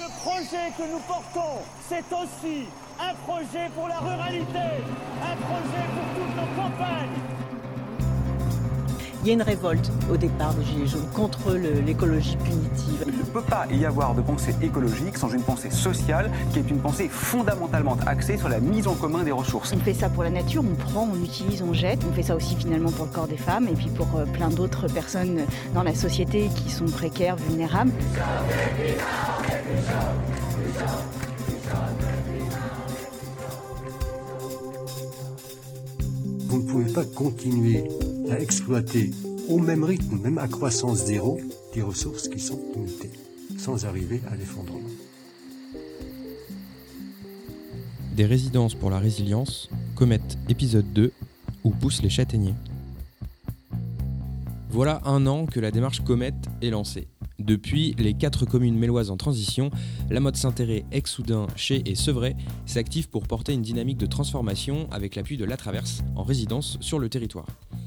Le projet que nous portons, c'est aussi un projet pour la ruralité, un projet pour toutes nos campagnes. Il y a une révolte au départ des Gilets jaunes contre l'écologie punitive. Il ne peut pas y avoir de pensée écologique sans une pensée sociale qui est une pensée fondamentalement axée sur la mise en commun des ressources. On fait ça pour la nature, on prend, on utilise, on jette. On fait ça aussi finalement pour le corps des femmes et puis pour plein d'autres personnes dans la société qui sont précaires, vulnérables. Vous ne pouvez pas continuer à exploiter au même rythme, même à croissance zéro, des ressources qui sont limitées, sans arriver à l'effondrement. Des résidences pour la résilience, Comète épisode 2, où poussent les châtaigniers. Voilà 1 an que la démarche Comète est lancée. Depuis, les 4 communes méloises en transition, La Motte-Saint-Thérèse, Aix-Soudain, Chez et Sevré s'activent pour porter une dynamique de transformation avec l'appui de La Traverse en résidence sur le territoire.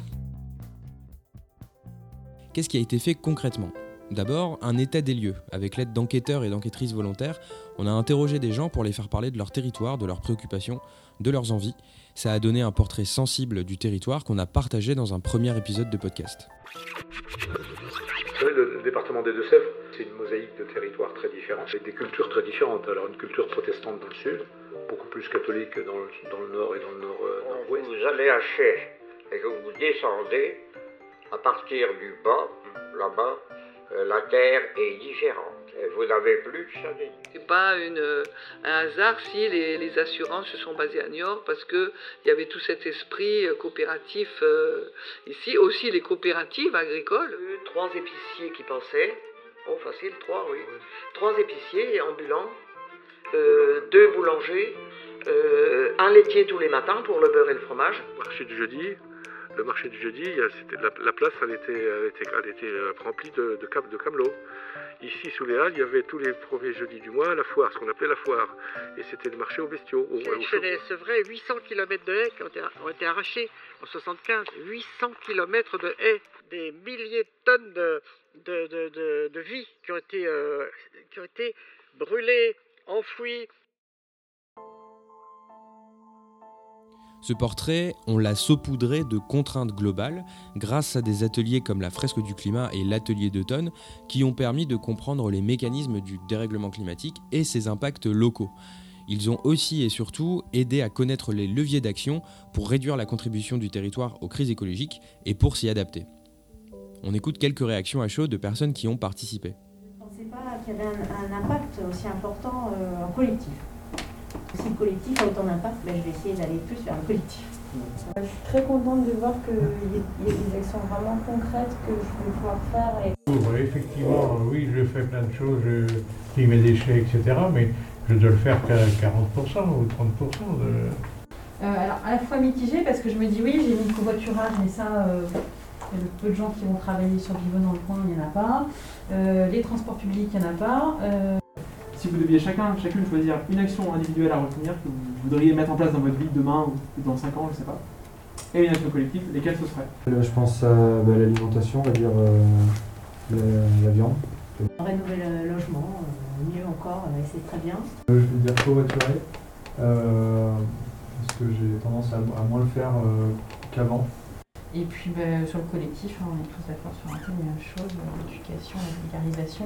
Qu'est-ce qui a été fait concrètement ? D'abord, un état des lieux. Avec l'aide d'enquêteurs et d'enquêtrices volontaires, on a interrogé des gens pour les faire parler de leur territoire, de leurs préoccupations, de leurs envies. Ça a donné un portrait sensible du territoire qu'on a partagé dans un premier épisode de podcast. Vous savez, le département des Deux-Sèvres, c'est une mosaïque de territoires très différents, avec des cultures très différentes. Alors une culture protestante dans le sud, beaucoup plus catholique dans le nord et dans le nord-ouest. Vous allez à Chez et que vous descendez, à partir du bas, là-bas, la terre est différente. Et vous n'avez plus de châtaigniers. C'est pas un hasard si les assurances se sont basées à Niort parce qu'il y avait tout cet esprit coopératif ici. Aussi les coopératives agricoles. 3 épiciers qui passaient. Oh, facile, 3, oui. 3 épiciers ambulants, 2 boulangers, un laitier tous les matins pour le beurre et le fromage. Le marché du jeudi, la place elle était remplie de camelots. Ici, sous les Halles, il y avait tous les premiers jeudis du mois la foire, ce qu'on appelait la foire. Et c'était le marché aux bestiaux. C'est vrai, 800 km de haies qui ont été arrachés en 75. 800 km de haies, des milliers de tonnes de vie qui ont été brûlées, enfouies. Ce portrait, on l'a saupoudré de contraintes globales grâce à des ateliers comme la fresque du climat et l'atelier d'automne qui ont permis de comprendre les mécanismes du dérèglement climatique et ses impacts locaux. Ils ont aussi et surtout aidé à connaître les leviers d'action pour réduire la contribution du territoire aux crises écologiques et pour s'y adapter. On écoute quelques réactions à chaud de personnes qui ont participé. Je ne pensais pas qu'il y avait un impact aussi important en collectif. Si le collectif a autant d'impact, je vais essayer d'aller plus vers le collectif. Je suis très contente de voir qu'il y a des actions vraiment concrètes que je vais pouvoir faire. Effectivement, oui, je fais plein de choses, je trie mes déchets, etc. Mais je dois le faire qu'à 40% ou 30%. Alors, à la fois mitigée, parce que je me dis, oui, j'ai mis le covoiturage, mais ça, il y a peu de gens qui vont travailler sur Vivonne dans le coin, il n'y en a pas. Les transports publics, il n'y en a pas. Si vous deviez chacune choisir une action individuelle à retenir que vous voudriez mettre en place dans votre vie demain ou dans 5 ans, je ne sais pas, et une action collective, lesquelles ce serait ? Là, je pense à l'alimentation, on va dire la viande. Rénover le logement, mieux encore, c'est très bien. Je vais dire covoiturer, parce que j'ai tendance à moins le faire qu'avant. Et puis sur le collectif, on est tous d'accord sur un peu la même chose, l'éducation, la vulgarisation.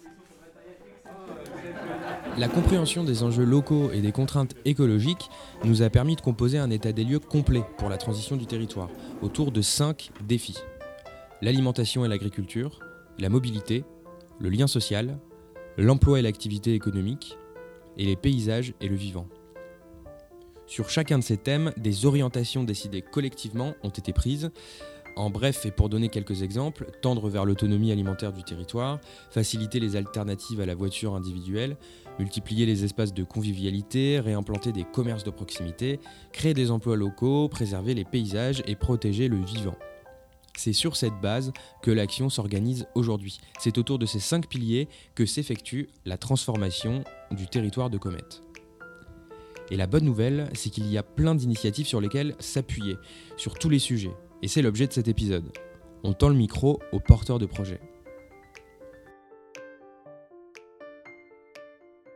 La compréhension des enjeux locaux et des contraintes écologiques nous a permis de composer un état des lieux complet pour la transition du territoire, autour de 5 défis. L'alimentation et l'agriculture, la mobilité, le lien social, l'emploi et l'activité économique, et les paysages et le vivant. Sur chacun de ces thèmes, des orientations décidées collectivement ont été prises. En bref, et pour donner quelques exemples, tendre vers l'autonomie alimentaire du territoire, faciliter les alternatives à la voiture individuelle, multiplier les espaces de convivialité, réimplanter des commerces de proximité, créer des emplois locaux, préserver les paysages et protéger le vivant. C'est sur cette base que l'action s'organise aujourd'hui. C'est autour de ces 5 piliers que s'effectue la transformation du territoire de Comète. Et la bonne nouvelle, c'est qu'il y a plein d'initiatives sur lesquelles s'appuyer, sur tous les sujets. Et c'est l'objet de cet épisode. On tend le micro aux porteurs de projets.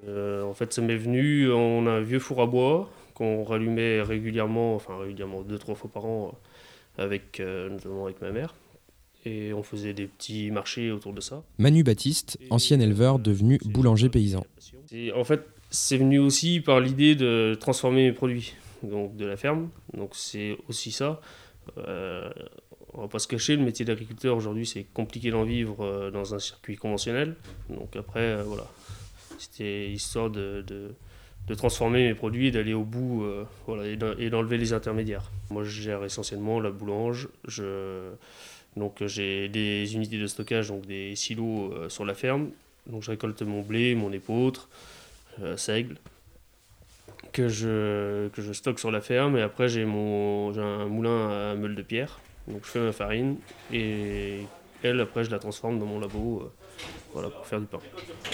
En fait, ça m'est venu, on a un vieux four à bois qu'on rallumait régulièrement 2-3 fois par an, notamment avec ma mère. Et on faisait des petits marchés autour de ça. Manu Baptiste, ancien éleveur devenu boulanger paysan. En fait, c'est venu aussi par l'idée de transformer mes produits donc de la ferme. Donc c'est aussi ça. On va pas se cacher, le métier d'agriculteur aujourd'hui, c'est compliqué d'en vivre dans un circuit conventionnel. Donc après, voilà, c'était histoire de transformer mes produits et d'aller au bout et d'enlever les intermédiaires. Moi, je gère essentiellement la boulange. Donc j'ai des unités de stockage, donc des silos sur la ferme. Donc je récolte mon blé, mon épeautre, seigle, que je stocke sur la ferme. Et après j'ai un moulin à meule de pierre. Donc je fais ma farine et elle, après je la transforme dans mon labo pour faire du pain.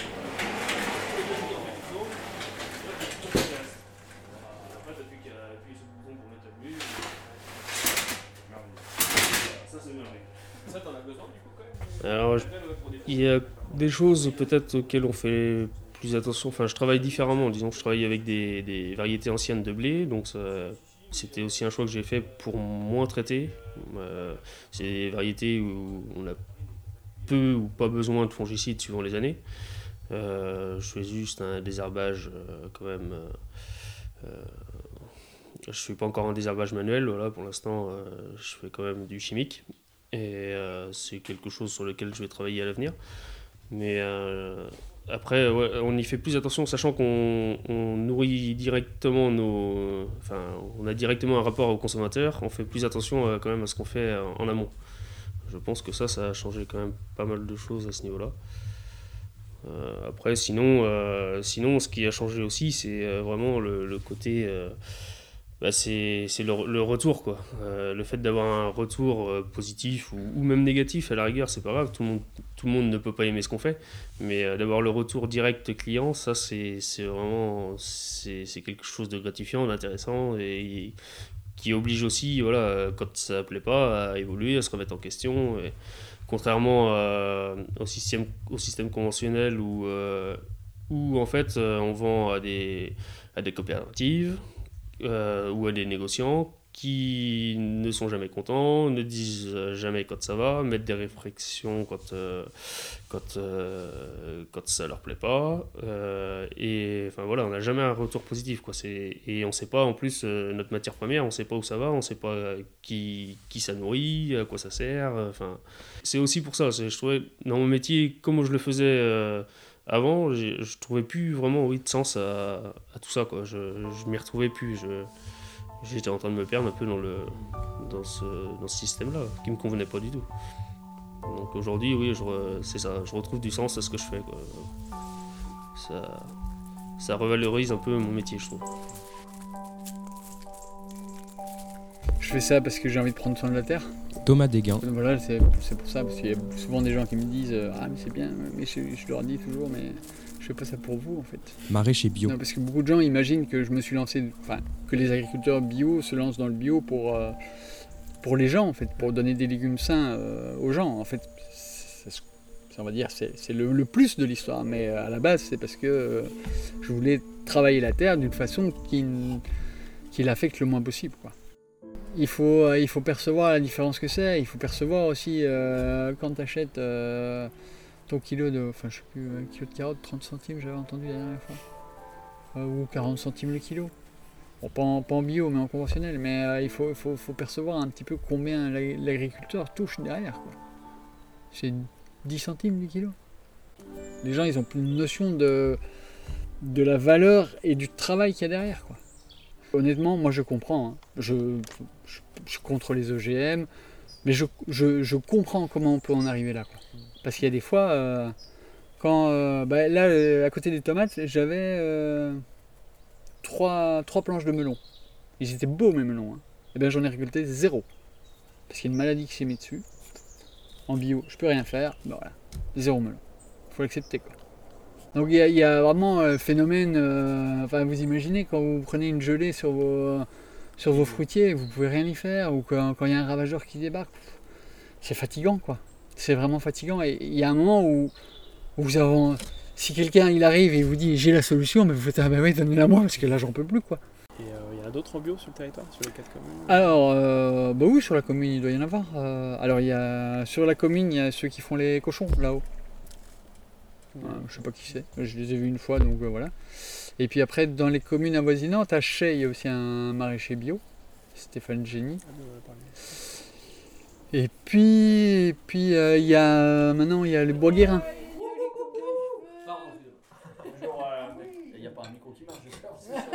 Alors, il y a des choses peut-être auxquelles on fait plus attention. Enfin, je travaille différemment. Disons que je travaille avec des variétés anciennes de blé, donc c'était aussi un choix que j'ai fait pour moins traiter. C'est des variétés où on a peu ou pas besoin de fongicides suivant les années. Je fais juste un désherbage quand même. Je ne fais pas encore un désherbage manuel, voilà, pour l'instant je fais quand même du chimique. Et c'est quelque chose sur lequel je vais travailler à l'avenir. Mais après, on y fait plus attention, sachant qu'on nourrit directement on a directement un rapport au consommateur. On fait plus attention quand même à ce qu'on fait en amont. Je pense que ça a changé quand même pas mal de choses à ce niveau-là. Après, sinon, ce qui a changé aussi, c'est vraiment le côté... c'est le retour, quoi. Le fait d'avoir un retour positif ou même négatif, à la rigueur, c'est pas grave. Tout le monde ne peut pas aimer ce qu'on fait, mais d'avoir le retour direct client, ça c'est vraiment quelque chose de gratifiant, d'intéressant et qui oblige aussi, voilà, quand ça plaît pas, à évoluer, à se remettre en question. Et contrairement au système conventionnel où en fait on vend à des coopératives. Ou à des négociants qui ne sont jamais contents, ne disent jamais quand ça va, mettent des réflexions quand ça leur plaît pas. Et enfin voilà, on n'a jamais un retour positif, quoi. Et on sait pas, en plus, notre matière première, on sait pas où ça va, on sait pas qui ça nourrit, à quoi ça sert. Enfin, c'est aussi pour ça, je trouvais, dans mon métier, comme je le faisais avant, je trouvais plus vraiment de sens à tout ça, quoi. Je m'y retrouvais plus. J'étais en train de me perdre un peu dans ce système-là, qui me convenait pas du tout. Donc aujourd'hui, oui, c'est ça. Je retrouve du sens à ce que je fais, quoi. Ça revalorise un peu mon métier, je trouve. Je fais ça parce que j'ai envie de prendre soin de la terre. Thomas Desgains. Voilà, c'est pour ça, parce qu'il y a souvent des gens qui me disent ah mais c'est bien, mais je leur dis toujours mais je fais pas ça pour vous en fait. Maraîcher bio. Non, parce que beaucoup de gens imaginent que je me suis lancé, que les agriculteurs bio se lancent dans le bio pour les gens en fait, pour donner des légumes sains aux gens. En fait, on va dire c'est le plus de l'histoire, mais à la base c'est parce que je voulais travailler la terre d'une façon qui l'affecte le moins possible, quoi. Il faut percevoir la différence que c'est. Il faut percevoir aussi quand tu achètes ton kilo de... Enfin, je sais plus, un kilo de carottes, 30 centimes, j'avais entendu la dernière fois. Ou 40 centimes le kilo. Bon, pas en bio, mais en conventionnel. Mais il faut percevoir un petit peu combien l'agriculteur touche derrière, quoi. C'est 10 centimes du kilo. Les gens, ils ont plus une notion de la valeur et du travail qu'il y a derrière, quoi. Honnêtement, moi je comprends, hein. Je suis contre les OGM, mais je comprends comment on peut en arriver là, quoi. Parce qu'il y a des fois, là, à côté des tomates, j'avais 3 planches de melons. Ils étaient beaux mes melons, hein. Et bien j'en ai récolté 0. Parce qu'il y a une maladie qui s'est mise dessus. En bio, je peux rien faire, ben voilà, 0 melon. Faut l'accepter, quoi. Donc il y a vraiment le phénomène, vous imaginez quand vous prenez une gelée sur vos fruitiers, vous pouvez rien y faire, ou quand il y a un ravageur qui débarque, c'est fatigant, quoi. C'est vraiment fatigant, et il y a un moment où si quelqu'un il arrive et vous dit j'ai la solution, mais vous faites ah bah oui, donnez-la moi parce que là j'en peux plus quoi. Et il y en a d'autres en bio sur le territoire, sur les 4 communes? Alors, bah oui, sur la commune il doit y en avoir. Alors sur la commune il y a ceux qui font les cochons là-haut. Je sais pas qui c'est, je les ai vus une fois donc voilà. Et puis après dans les communes avoisinantes, à Chay il y a aussi un maraîcher bio, Stéphane Génie. Et puis il y a maintenant il y a les Bois-Guérin. Il n'y a pas un micro qui marche, j'espère.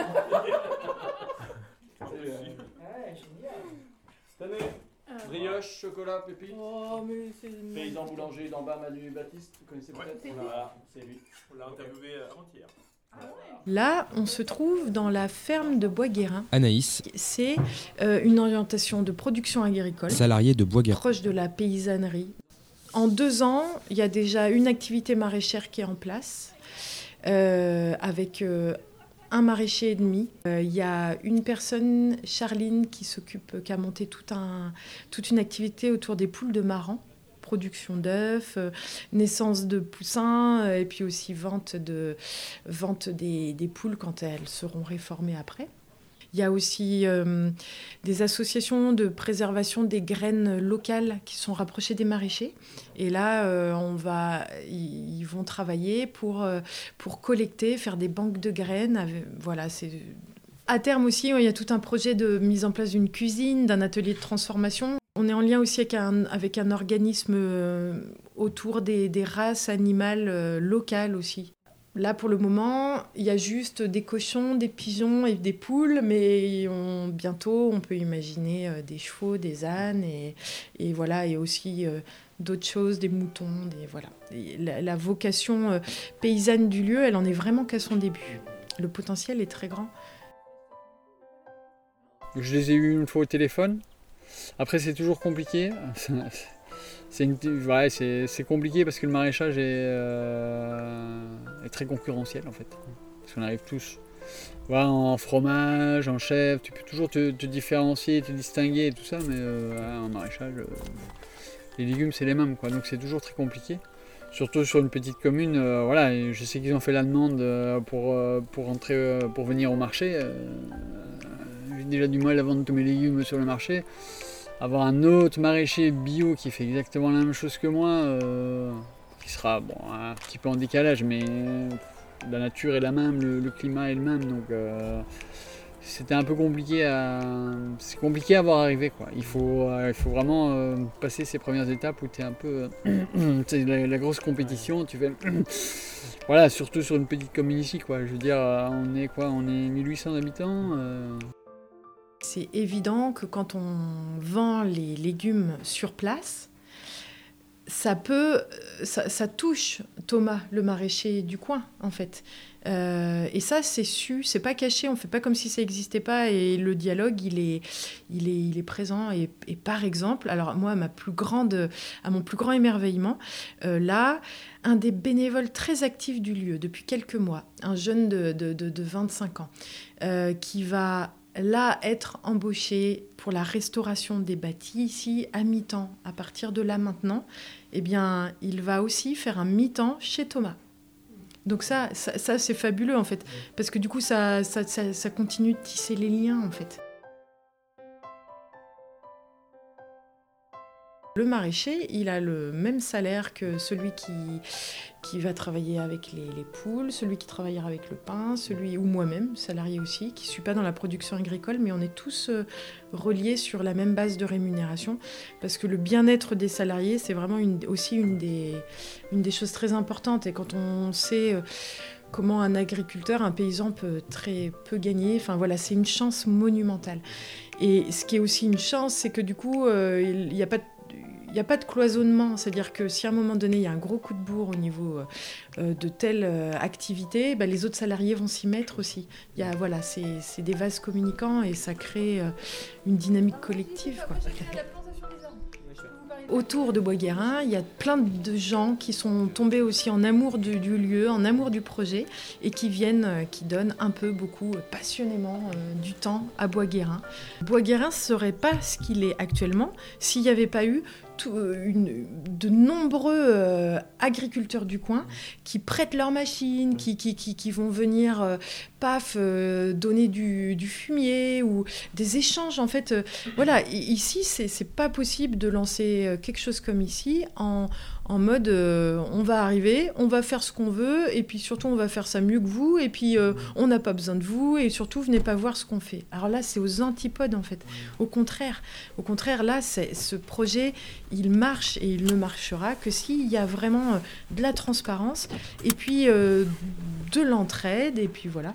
Cette année, brioche, chocolat, pépite. Oh, mais c'est... Paysan boulanger d'en bas, Manu Baptiste, vous connaissez peut-être? Voilà, c'est lui. On l'a interviewé avant-hier. Là, on se trouve dans la ferme de Bois-Guérin. Anaïs. C'est une orientation de production agricole. Salariée de Bois-Guérin. Proche de la paysannerie. En 2 ans, il y a déjà une activité maraîchère qui est en place, avec un maraîcher et demi. Il y a une personne, Charline, qui a monté toute une activité autour des poules de marrans. Production d'œufs, naissance de poussins, et puis aussi vente des poules quand elles seront réformées après. Il y a aussi des associations de préservation des graines locales qui sont rapprochées des maraîchers. Et là, ils vont travailler pour collecter, faire des banques de graines. Voilà, à terme aussi, il y a tout un projet de mise en place d'une cuisine, d'un atelier de transformation. On est en lien aussi avec un organisme autour des races animales locales aussi. Là, pour le moment, il y a juste des cochons, des pigeons et des poules, mais bientôt, on peut imaginer des chevaux, des ânes et voilà, et aussi d'autres choses, des moutons, voilà. Et la vocation paysanne du lieu, elle en est vraiment qu'à son début. Le potentiel est très grand. Je les ai eus une fois au téléphone. Après, c'est toujours compliqué. C'est compliqué parce que le maraîchage est très concurrentiel en fait. Parce qu'on arrive tous en fromage, en chèvre, tu peux toujours te différencier, te distinguer et tout ça, mais en maraîchage, les légumes c'est les mêmes quoi. Donc c'est toujours très compliqué. Surtout sur une petite commune, je sais qu'ils ont fait la demande pour venir au marché. J'ai déjà du mal à vendre tous mes légumes sur le marché. Avoir un autre maraîcher bio qui fait exactement la même chose que moi, qui sera un petit peu en décalage, mais la nature est la même, le climat est le même, donc c'était un peu compliqué c'est compliqué à voir arriver quoi. Il faut vraiment passer ces premières étapes où tu es un peu c'est la grosse compétition, tu fais voilà, surtout sur une petite commune ici quoi. Je veux dire, on est 1800 habitants. C'est évident que quand on vend les légumes sur place, ça touche Thomas, le maraîcher du coin, en fait. Et ça, c'est su, c'est pas caché, on fait pas comme si ça n'existait pas. Et le dialogue, il est présent. Et par exemple, alors moi, à mon plus grand émerveillement, là, un des bénévoles très actifs du lieu depuis quelques mois, un jeune de 25 ans, qui va là être embauché pour la restauration des bâtis ici à mi-temps. À partir de là maintenant, eh bien, il va aussi faire un mi-temps chez Thomas. Donc ça c'est fabuleux en fait, parce que du coup ça continue de tisser les liens en fait. Le maraîcher, il a le même salaire que celui qui va travailler avec les poules, celui qui travaillera avec le pain, ou moi-même, salarié aussi, qui ne suis pas dans la production agricole, mais on est tous reliés sur la même base de rémunération, parce que le bien-être des salariés, c'est vraiment aussi une des choses très importantes. Et quand on sait comment un agriculteur, un paysan peut gagner, enfin voilà, c'est une chance monumentale. Et ce qui est aussi une chance, c'est que du coup, il n'y a pas de cloisonnement, c'est-à-dire que si à un moment donné il y a un gros coup de bourre au niveau de telle activité, les autres salariés vont s'y mettre aussi. C'est des vases communicants et ça crée une dynamique collective, quoi. Autour de Bois-Guérin, il y a plein de gens qui sont tombés aussi en amour du lieu, en amour du projet, et qui donnent beaucoup passionnément du temps à Bois-Guérin. Bois-Guérin ne serait pas ce qu'il est actuellement s'il n'y avait pas eu de nombreux agriculteurs du coin qui prêtent leurs machines, qui vont venir donner du fumier ou des échanges. En fait, voilà, ici, c'est pas possible de lancer quelque chose comme ici en mode on va arriver, on va faire ce qu'on veut et puis surtout on va faire ça mieux que vous et puis on n'a pas besoin de vous et surtout venez pas voir ce qu'on fait. Alors là, c'est aux antipodes en fait. Au contraire, là, ce projet, il marche et il ne marchera que s'il y a vraiment de la transparence et puis de l'entraide et puis voilà.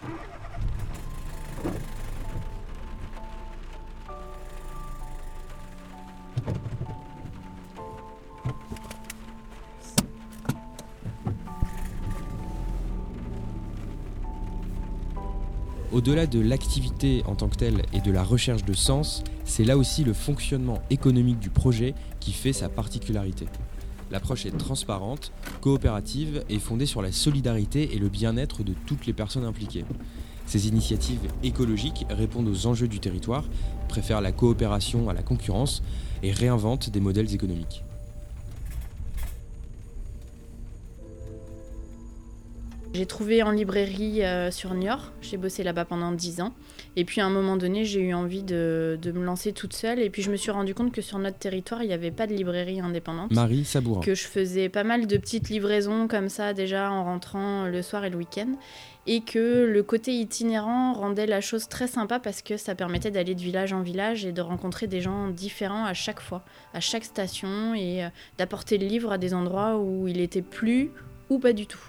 Au-delà de l'activité en tant que telle et de la recherche de sens, c'est là aussi le fonctionnement économique du projet qui fait sa particularité. L'approche est transparente, coopérative et fondée sur la solidarité et le bien-être de toutes les personnes impliquées. Ces initiatives écologiques répondent aux enjeux du territoire, préfèrent la coopération à la concurrence et réinventent des modèles économiques. J'ai trouvé en librairie sur Niort, j'ai bossé là-bas pendant 10 ans. Et puis à un moment donné, j'ai eu envie de me lancer toute seule. Et puis je me suis rendu compte que sur notre territoire, il n'y avait pas de librairie indépendante. Marie Sabourin. Que je faisais pas mal de petites livraisons comme ça déjà en rentrant le soir et le week-end. Et que le côté itinérant rendait la chose très sympa parce que ça permettait d'aller de village en village et de rencontrer des gens différents à chaque fois, à chaque station et d'apporter le livre à des endroits où il était plus ou pas du tout.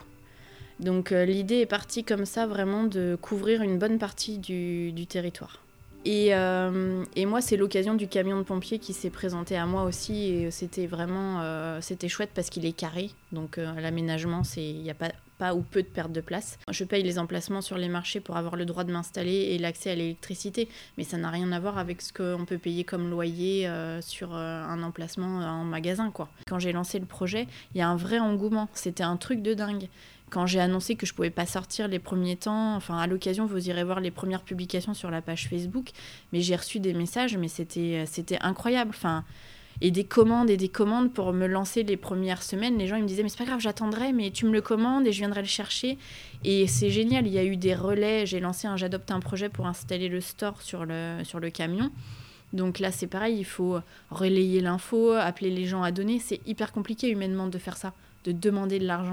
Donc l'idée est partie comme ça vraiment de couvrir une bonne partie du territoire. Et moi, c'est l'occasion du camion de pompiers qui s'est présenté à moi aussi et c'était vraiment c'était chouette parce qu'il est carré. Donc l'aménagement, il n'y a pas ou peu de perte de place. Je paye les emplacements sur les marchés pour avoir le droit de m'installer et l'accès à l'électricité, mais ça n'a rien à voir avec ce qu'on peut payer comme loyer sur un emplacement en magasin, quoi. Quand j'ai lancé le projet, il y a un vrai engouement. C'était un truc de dingue. Quand j'ai annoncé que je ne pouvais pas sortir les premiers temps, enfin à l'occasion, vous irez voir les premières publications sur la page Facebook, mais j'ai reçu des messages, mais c'était incroyable. Enfin, et des commandes pour me lancer les premières semaines. Les gens ils me disaient, mais c'est pas grave, j'attendrai, mais tu me le commandes et je viendrai le chercher. Et c'est génial, il y a eu des relais. J'ai lancé J'adopte un projet pour installer le store sur le camion. Donc là, c'est pareil, il faut relayer l'info, appeler les gens à donner. C'est hyper compliqué humainement de faire ça, de demander de l'argent.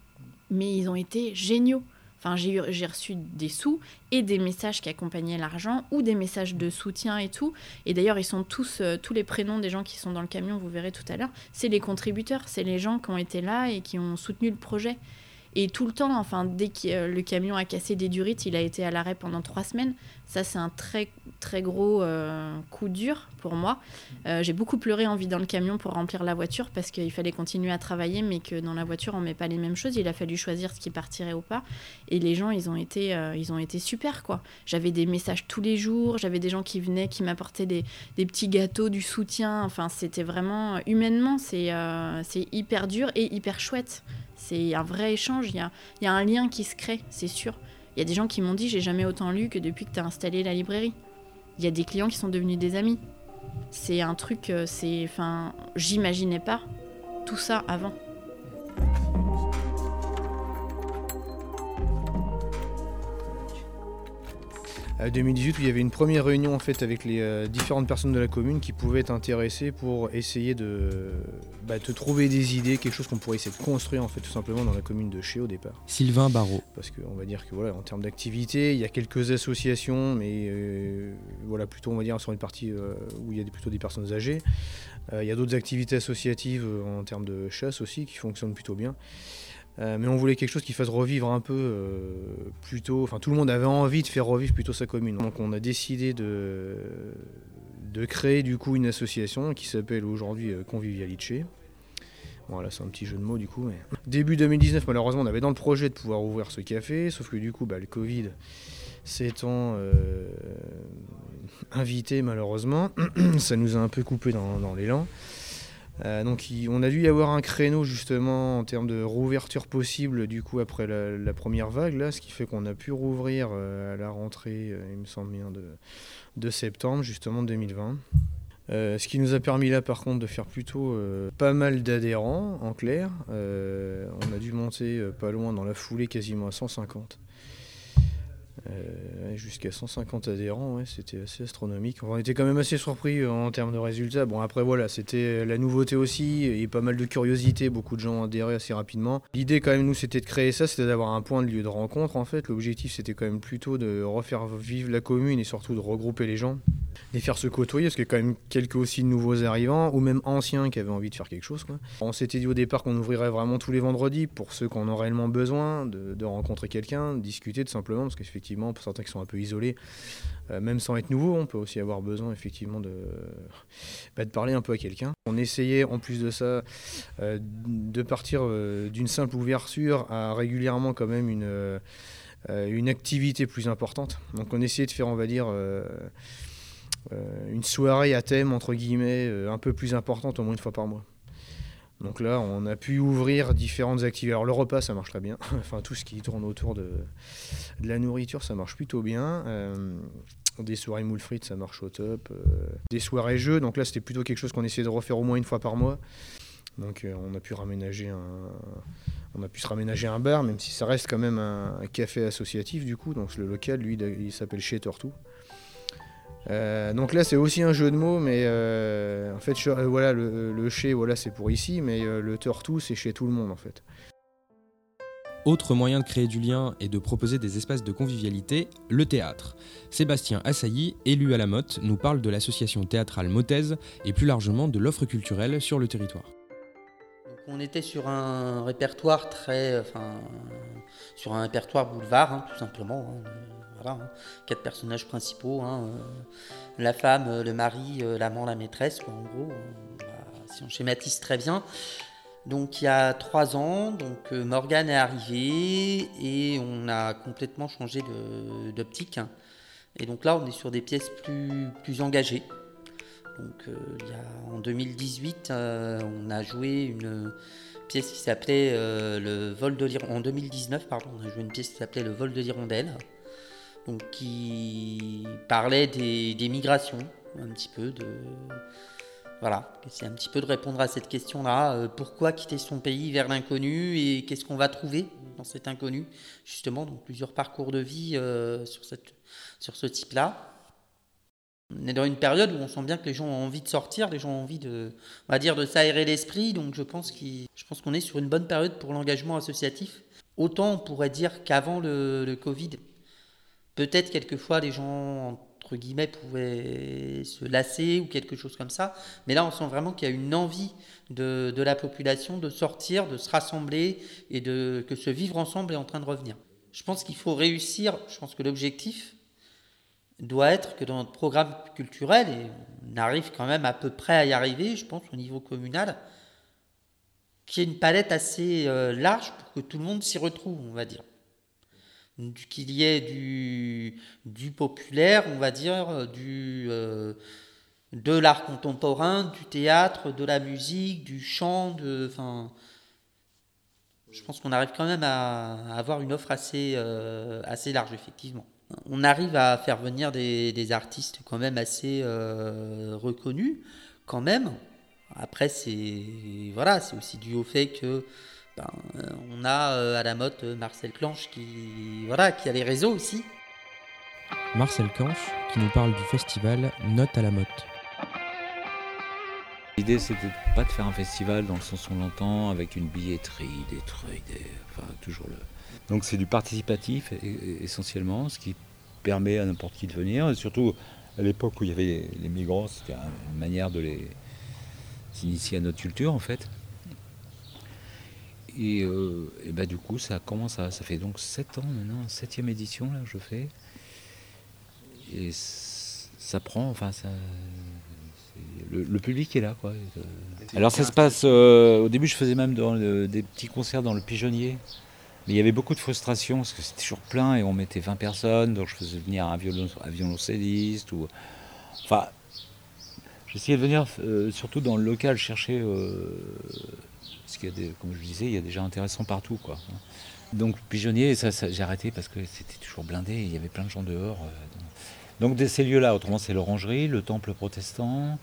Mais ils ont été géniaux. Enfin, j'ai reçu des sous et des messages qui accompagnaient l'argent ou des messages de soutien et tout. Et d'ailleurs, ils sont tous les prénoms des gens qui sont dans le camion, vous verrez tout à l'heure, c'est les contributeurs, c'est les gens qui ont été là et qui ont soutenu le projet. Et tout le temps, enfin, dès que le camion a cassé des durites, il a été à l'arrêt pendant 3 semaines. Ça, c'est un très, très gros coup dur pour moi. J'ai beaucoup pleuré en vidant le camion pour remplir la voiture parce qu'il fallait continuer à travailler, mais que dans la voiture, on ne met pas les mêmes choses. Il a fallu choisir ce qui partirait ou pas. Et les gens, ils ont été super, quoi. J'avais des messages tous les jours. J'avais des gens qui venaient, qui m'apportaient des petits gâteaux, du soutien. Enfin, c'était vraiment... Humainement, c'est hyper dur et hyper chouette. C'est un vrai échange, il y a un lien qui se crée, c'est sûr. Il y a des gens qui m'ont dit, j'ai jamais autant lu que depuis que tu as installé la librairie. Il y a des clients qui sont devenus des amis. C'est un truc, j'imaginais pas tout ça avant. 2018 où il y avait une première réunion en fait avec les différentes personnes de la commune qui pouvaient être intéressées pour essayer de trouver des idées, quelque chose qu'on pourrait essayer de construire en fait tout simplement dans la commune de Chéaux au départ. Sylvain Barraud. Parce qu'on va dire que voilà, en termes d'activité, il y a quelques associations, mais voilà, plutôt on va dire sur une partie où il y a plutôt des personnes âgées. Il y a d'autres activités associatives en termes de chasse aussi qui fonctionnent plutôt bien. Mais on voulait quelque chose qui fasse revivre un peu plutôt... Enfin, tout le monde avait envie de faire revivre plutôt sa commune. Donc on a décidé de créer du coup une association qui s'appelle aujourd'hui Convivialice. Voilà, c'est un petit jeu de mots du coup. Mais... Début 2019, malheureusement, on avait dans le projet de pouvoir ouvrir ce café, sauf que du coup, le Covid s'étant invité malheureusement, ça nous a un peu coupé dans l'élan. Donc on a dû y avoir un créneau justement en termes de rouverture possible du coup après la première vague là, ce qui fait qu'on a pu rouvrir à la rentrée il me semble bien de septembre justement 2020. Ce qui nous a permis là par contre de faire plutôt pas mal d'adhérents en clair. On a dû monter pas loin dans la foulée quasiment à 150. Jusqu'à 150 adhérents, ouais, c'était assez astronomique. On était quand même assez surpris en termes de résultats. Bon après voilà, c'était la nouveauté aussi, et pas mal de curiosité, beaucoup de gens ont adhéré assez rapidement. L'idée quand même nous c'était de créer ça, c'était d'avoir un point de lieu de rencontre en fait. L'objectif c'était quand même plutôt de refaire vivre la commune et surtout de regrouper les gens, les faire se côtoyer, parce qu'il y a quand même quelques aussi nouveaux arrivants, ou même anciens qui avaient envie de faire quelque chose, quoi. On s'était dit au départ qu'on ouvrirait vraiment tous les vendredis pour ceux qui en ont réellement besoin, de rencontrer quelqu'un, de discuter tout simplement, parce qu'effectivement pour certains qui sont un peu isolés, même sans être nouveau, on peut aussi avoir besoin effectivement de parler un peu à quelqu'un. On essayait en plus de ça de partir d'une simple ouverture à régulièrement quand même une activité plus importante. Donc on essayait de faire, on va dire, une soirée à thème entre guillemets un peu plus importante, au moins une fois par mois. Donc là, on a pu ouvrir différentes activités. Alors le repas, ça marche très bien. Enfin, tout ce qui tourne autour de la nourriture, ça marche plutôt bien. Des soirées moules frites, ça marche au top. Des soirées jeux, donc là, c'était plutôt quelque chose qu'on essayait de refaire au moins une fois par mois. Donc on a pu se raménager un bar, même si ça reste quand même un café associatif du coup. Donc le local, lui, il s'appelle Chez Tortue. Donc là c'est aussi un jeu de mots, mais en fait voilà, le chez voilà, c'est pour ici, mais le Tortue c'est chez tout le monde en fait. Autre moyen de créer du lien et de proposer des espaces de convivialité, le théâtre. Sébastien Assailly, élu à la Motte, nous parle de l'association théâtrale mottaise et plus largement de l'offre culturelle sur le territoire. Donc on était sur un répertoire sur un répertoire boulevard, tout simplement. Voilà, 4 personnages principaux, la femme, le mari, l'amant, la maîtresse, en gros, si on schématise très bien. Donc il y a 3 ans, donc Morgane est arrivée et on a complètement changé d'optique. Et donc là on est sur des pièces plus engagées. Donc en 2018, on a joué une pièce qui s'appelait le vol de l'hirondelle. En 2019, pardon, on a joué une pièce qui s'appelait le vol de l'hirondelle. Donc, qui parlait des migrations, un petit peu voilà, c'est un petit peu de répondre à cette question-là. Pourquoi quitter son pays vers l'inconnu et qu'est-ce qu'on va trouver dans cet inconnu, justement. Donc plusieurs parcours de vie sur ce type-là. On est dans une période où on sent bien que les gens ont envie de sortir, les gens ont envie de s'aérer l'esprit. Donc je pense qu'on est sur une bonne période pour l'engagement associatif. Autant on pourrait dire qu'avant le Covid, peut-être quelquefois les gens, entre guillemets, pouvaient se lasser ou quelque chose comme ça. Mais là, on sent vraiment qu'il y a une envie de la population de sortir, de se rassembler et que ce vivre ensemble est en train de revenir. Je pense qu'il faut réussir, je pense que l'objectif doit être que dans notre programme culturel, et on arrive quand même à peu près à y arriver, je pense, au niveau communal, qu'il y ait une palette assez large pour que tout le monde s'y retrouve, on va dire. Qu'il y ait du populaire, on va dire, de l'art contemporain, du théâtre, de la musique, du chant, je pense qu'on arrive quand même à avoir une offre assez large, effectivement. On arrive à faire venir des artistes quand même assez reconnus, quand même. Après, c'est aussi dû au fait que on a à la Motte Marcel Canche qui a les réseaux aussi. Marcel Canche qui nous parle du festival Note à la Motte. L'idée c'était pas de faire un festival dans le sens où on l'entend avec une billetterie, des trucs, toujours le. Donc c'est du participatif essentiellement, ce qui permet à n'importe qui de venir, et surtout à l'époque où il y avait les migrants, c'était une manière de les initier à notre culture en fait. Et du coup, ça fait donc 7 ans maintenant, 7e édition là que je fais. Et ça prend, le public est là, quoi. Alors ça se passe, au début je faisais même des petits concerts dans le Pigeonnier. Mais il y avait beaucoup de frustration parce que c'était toujours plein et on mettait 20 personnes, donc je faisais venir un violoncelliste ou... Enfin, j'essayais de venir surtout dans le local chercher... Parce qu'il y a comme je disais, il y a des gens intéressants partout, quoi. Donc Pigeonnier, ça j'ai arrêté parce que c'était toujours blindé, et il y avait plein de gens dehors. Donc ces lieux-là, autrement c'est l'Orangerie, le Temple protestant,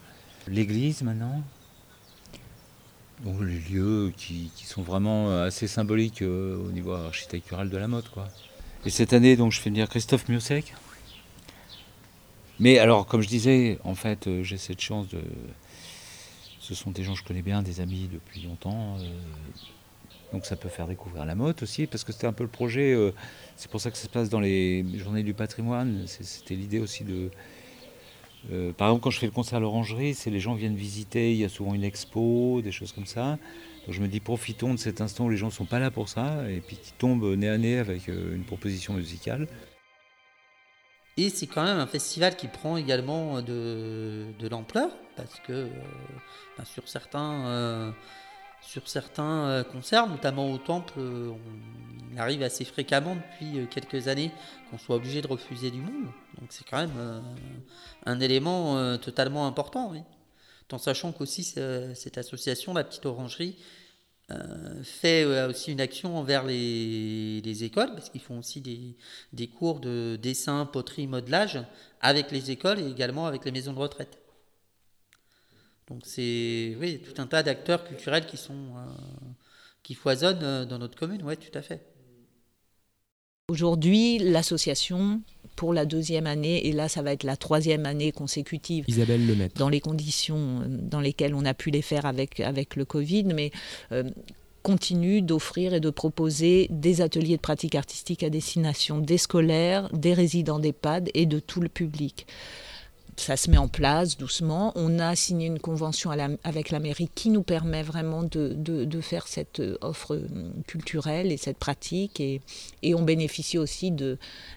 L'église maintenant. Donc les lieux qui sont vraiment assez symboliques au niveau architectural de la Motte, quoi. Et cette année, donc, je fais venir Christophe Miossec. Mais alors, comme je disais, en fait, j'ai cette chance de... Ce sont des gens que je connais bien, des amis depuis longtemps. Donc ça peut faire découvrir la Motte aussi, parce que c'était un peu le projet. C'est pour ça que ça se passe dans les Journées du patrimoine. C'était l'idée aussi de... par exemple, quand je fais le concert à l'Orangerie, c'est les gens viennent visiter, il y a souvent une expo, des choses comme ça. Donc je me dis, profitons de cet instant où les gens ne sont pas là pour ça, et puis qui tombent nez à nez avec une proposition musicale. Et c'est quand même un festival qui prend également de l'ampleur, parce que sur certains concerts, notamment au Temple, on arrive assez fréquemment depuis quelques années qu'on soit obligé de refuser du monde. Donc c'est quand même un élément totalement important, oui. En sachant qu'aussi cette association, la Petite Orangerie, fait aussi une action envers les écoles, parce qu'ils font aussi des cours de dessin, poterie, modelage avec les écoles et également avec les maisons de retraite. Donc c'est tout un tas d'acteurs culturels qui foisonnent dans notre commune, oui, tout à fait. Aujourd'hui, l'association, pour la 2e année, et là ça va être la 3e année consécutive, Isabelle Lemaitre, dans les conditions dans lesquelles on a pu les faire avec le Covid, mais continue d'offrir et de proposer des ateliers de pratique artistique à destination des scolaires, des résidents d'EHPAD et de tout le public. Ça se met en place doucement. On a signé une convention avec la mairie qui nous permet vraiment de faire cette offre culturelle et cette pratique. Et on bénéficie aussi de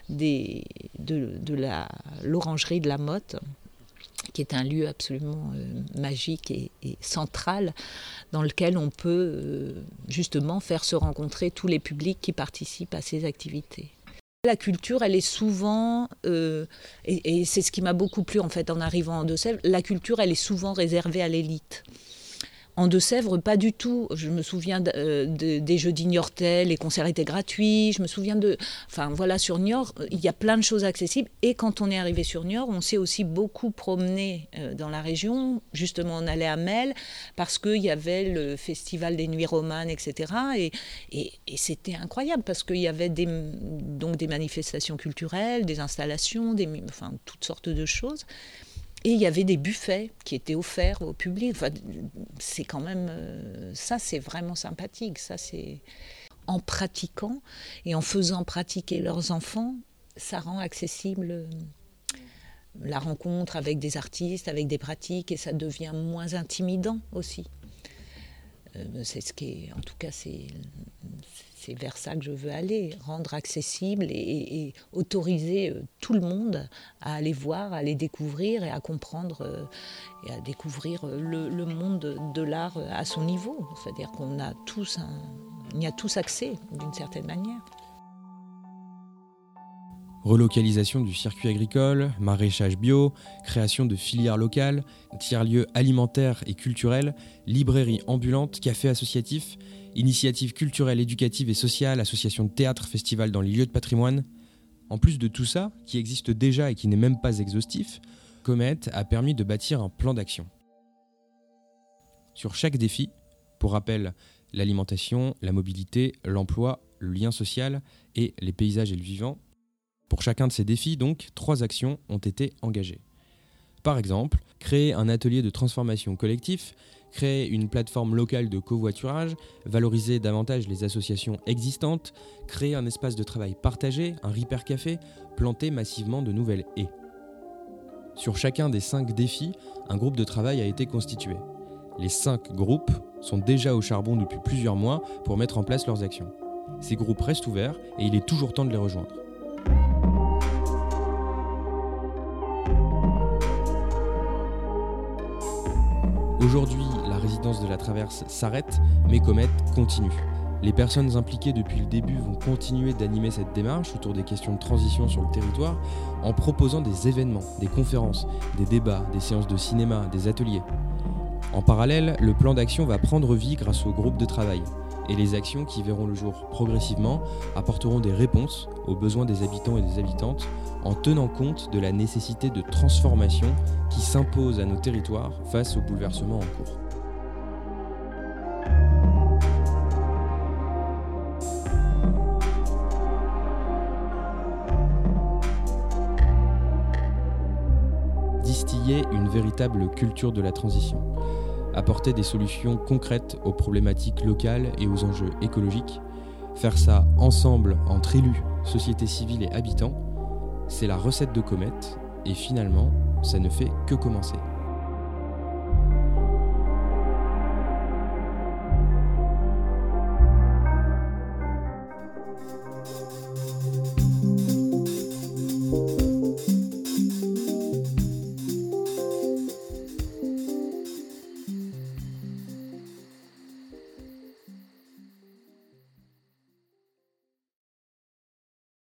l'Orangerie de la Motte, qui est un lieu absolument magique et central, dans lequel on peut justement faire se rencontrer tous les publics qui participent à ces activités. La culture, elle est souvent, et c'est ce qui m'a beaucoup plu en fait en arrivant en Deux-Sèvres, la culture, elle est souvent réservée à l'élite. En Deux-Sèvres, pas du tout. Je me souviens des Jeudis Niortais, les concerts étaient gratuits. Je me souviens sur Niort, il y a plein de choses accessibles. Et quand on est arrivé sur Niort, on s'est aussi beaucoup promené dans la région. Justement, on allait à Melle parce qu'il y avait le festival des Nuits Romanes, etc. Et c'était incroyable parce qu'il y avait des manifestations culturelles, des installations, toutes sortes de choses. Et il y avait des buffets qui étaient offerts au public. Enfin, c'est quand même... ça, c'est vraiment sympathique. Ça, c'est... En pratiquant et en faisant pratiquer leurs enfants, ça rend accessible la rencontre avec des artistes, avec des pratiques, et ça devient moins intimidant aussi. C'est ce qui est... En tout cas, c'est vers ça que je veux aller, rendre accessible et autoriser tout le monde à aller voir, à les découvrir et à comprendre et à découvrir le monde de l'art à son niveau. C'est-à-dire qu'on a tous y a tous accès d'une certaine manière. Relocalisation du circuit agricole, maraîchage bio, création de filières locales, tiers-lieux alimentaires et culturels, librairies ambulantes, cafés associatifs, initiatives culturelles, éducatives et sociales, associations de théâtre, festivals dans les lieux de patrimoine. En plus de tout ça, qui existe déjà et qui n'est même pas exhaustif, Comet a permis de bâtir un plan d'action. Sur chaque défi, pour rappel, l'alimentation, la mobilité, l'emploi, le lien social et les paysages et le vivant, pour chacun de ces défis, donc, 3 actions ont été engagées. Par exemple, créer un atelier de transformation collectif, créer une plateforme locale de covoiturage, valoriser davantage les associations existantes, créer un espace de travail partagé, un Repair Café, planter massivement de nouvelles haies. Sur chacun des 5 défis, un groupe de travail a été constitué. Les 5 groupes sont déjà au charbon depuis plusieurs mois pour mettre en place leurs actions. Ces groupes restent ouverts et il est toujours temps de les rejoindre. Aujourd'hui, la résidence de la Traverse s'arrête, mais Comet continue. Les personnes impliquées depuis le début vont continuer d'animer cette démarche autour des questions de transition sur le territoire en proposant des événements, des conférences, des débats, des séances de cinéma, des ateliers. En parallèle, le plan d'action va prendre vie grâce au groupe de travail. et les actions qui verront le jour progressivement apporteront des réponses aux besoins des habitants et des habitantes en tenant compte de la nécessité de transformation qui s'impose à nos territoires face aux bouleversements en cours. Distiller une véritable culture de la transition, apporter des solutions concrètes aux problématiques locales et aux enjeux écologiques, faire ça ensemble entre élus, société civile et habitants, c'est la recette de Comet et finalement, ça ne fait que commencer.